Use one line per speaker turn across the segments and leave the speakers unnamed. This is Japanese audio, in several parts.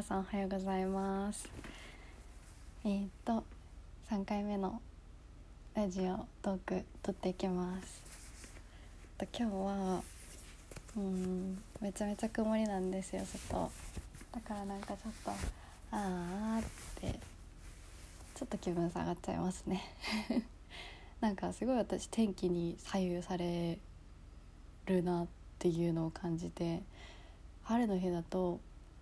皆さんおはようございます。3回目のラジオトーク撮っていきます。今日はめちゃめちゃ曇りなんですよ、外だからなんかちょっとってちょっと気分下がっちゃいますねなんかすごい私天気に左右されるなっていうのを感じて、晴れの日だと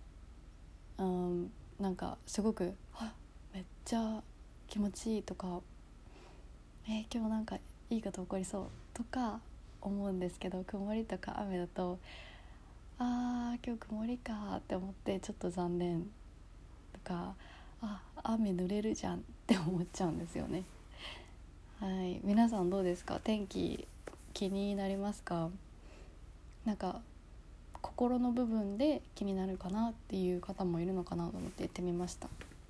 なんかすごくめっちゃ気持ちいいとか、今日なんかいいこと起こりそうとか思うんですけど、曇りとか雨だと今日曇りかって思ってちょっと残念とか、雨濡れるじゃんって思っちゃうんですよね。はい、皆さんどうですか？天気気になりますか？なんか心の部分で気になるかなっていう方もいるのかなと思って言ってみました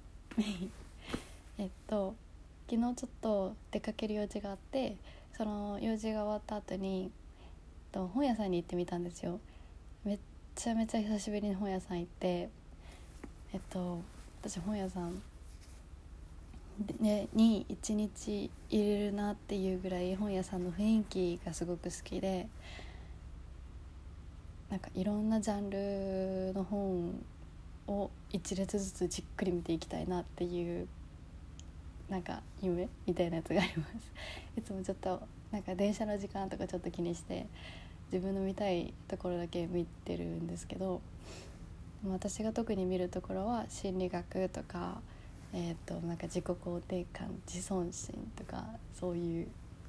昨日ちょっと出かける用事があって、その用事が終わった後に本屋さんに行ってみたんですよ。めっちゃめちゃ久しぶりに本屋さん行って、私本屋さんに一日入れるなっていうぐらい本屋さんの雰囲気がすごく好きで、なんかいろんなジャンルの本を一列ずつじっくり見ていきたいなっていうなんか夢みたいなやつがありますいつもちょっとなんか電車の時間とかちょっと気にして自分の見たいところだけ見てるんですけど、私が特に見るところは心理学とか、なんか自己肯定感、自尊心とか、そういう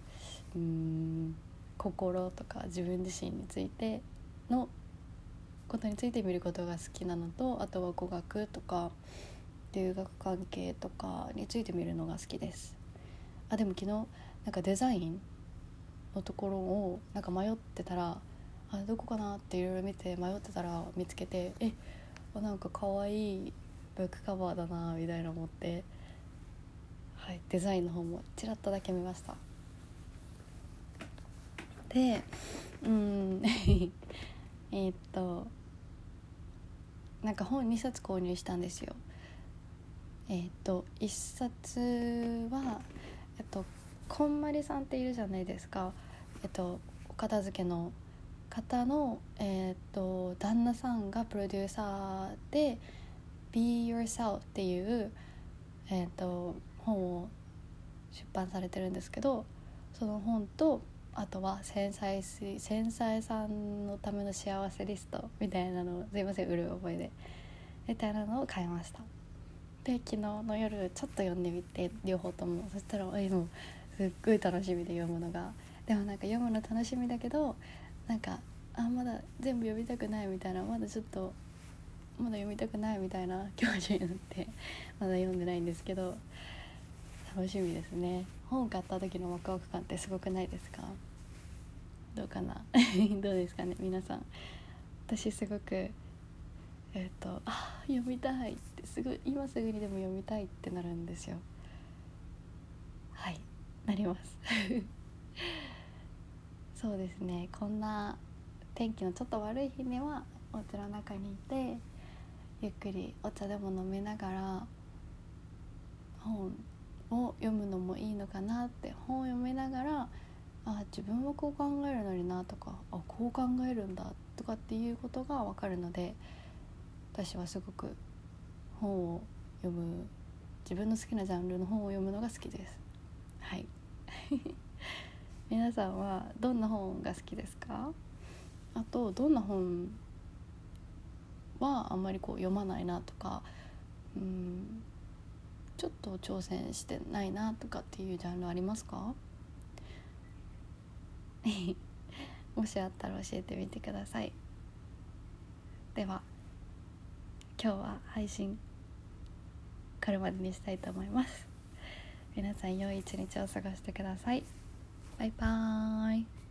心とか自分自身についてのことについて見ることが好きなのと、あとは語学とか留学関係とかについて見るのが好きです。でも昨日なんかデザインのところをなんか迷ってたら、どこかなっていろいろ見て迷ってたら見つけて、なんか可愛いブックカバーだなみたいな思って、デザインの方もちらっとだけ見ました。でなんか本2冊購入したんですよ。1冊はこんまりさんっているじゃないですか。お片付けの方の、旦那さんがプロデューサーで Be Yourself っていう、本を出版されてるんですけど、その本とあとは繊細さんのための幸せリストみたいなのを、すいませんうる覚えでみたいなのを買いました。で昨日の夜ちょっと読んでみて、両方とも。そしたらもうすっごい楽しみで読むのが。でもなんか読むの楽しみだけど、なんかまだ全部読みたくないみたいな、まだ読みたくないみたいな気持ちになってまだ読んでないんですけど、楽しみですね。本買った時のワクワク感ってすごくないですか？どうかなどうですかね皆さん。私すごく読みたいって今すぐにでも読みたいってなるんですよ。なりますそうですね。こんな天気のちょっと悪い日にはお家の中にいて、ゆっくりお茶でも飲みながら本を読むのもいいのかなって。本を読みながら自分はこう考えるのになとか、こう考えるんだとかっていうことが分かるので、私はすごく本を読む、自分の好きなジャンルの本を読むのが好きです。皆さんはどんな本が好きですか？あとどんな本はあんまり読まないなとか、ちょっと挑戦してないなとかっていうジャンルありますか？もしあったら教えてみてください。では今日は配信これまでにしたいと思います。皆さん良い一日を過ごしてください。バイバーイ。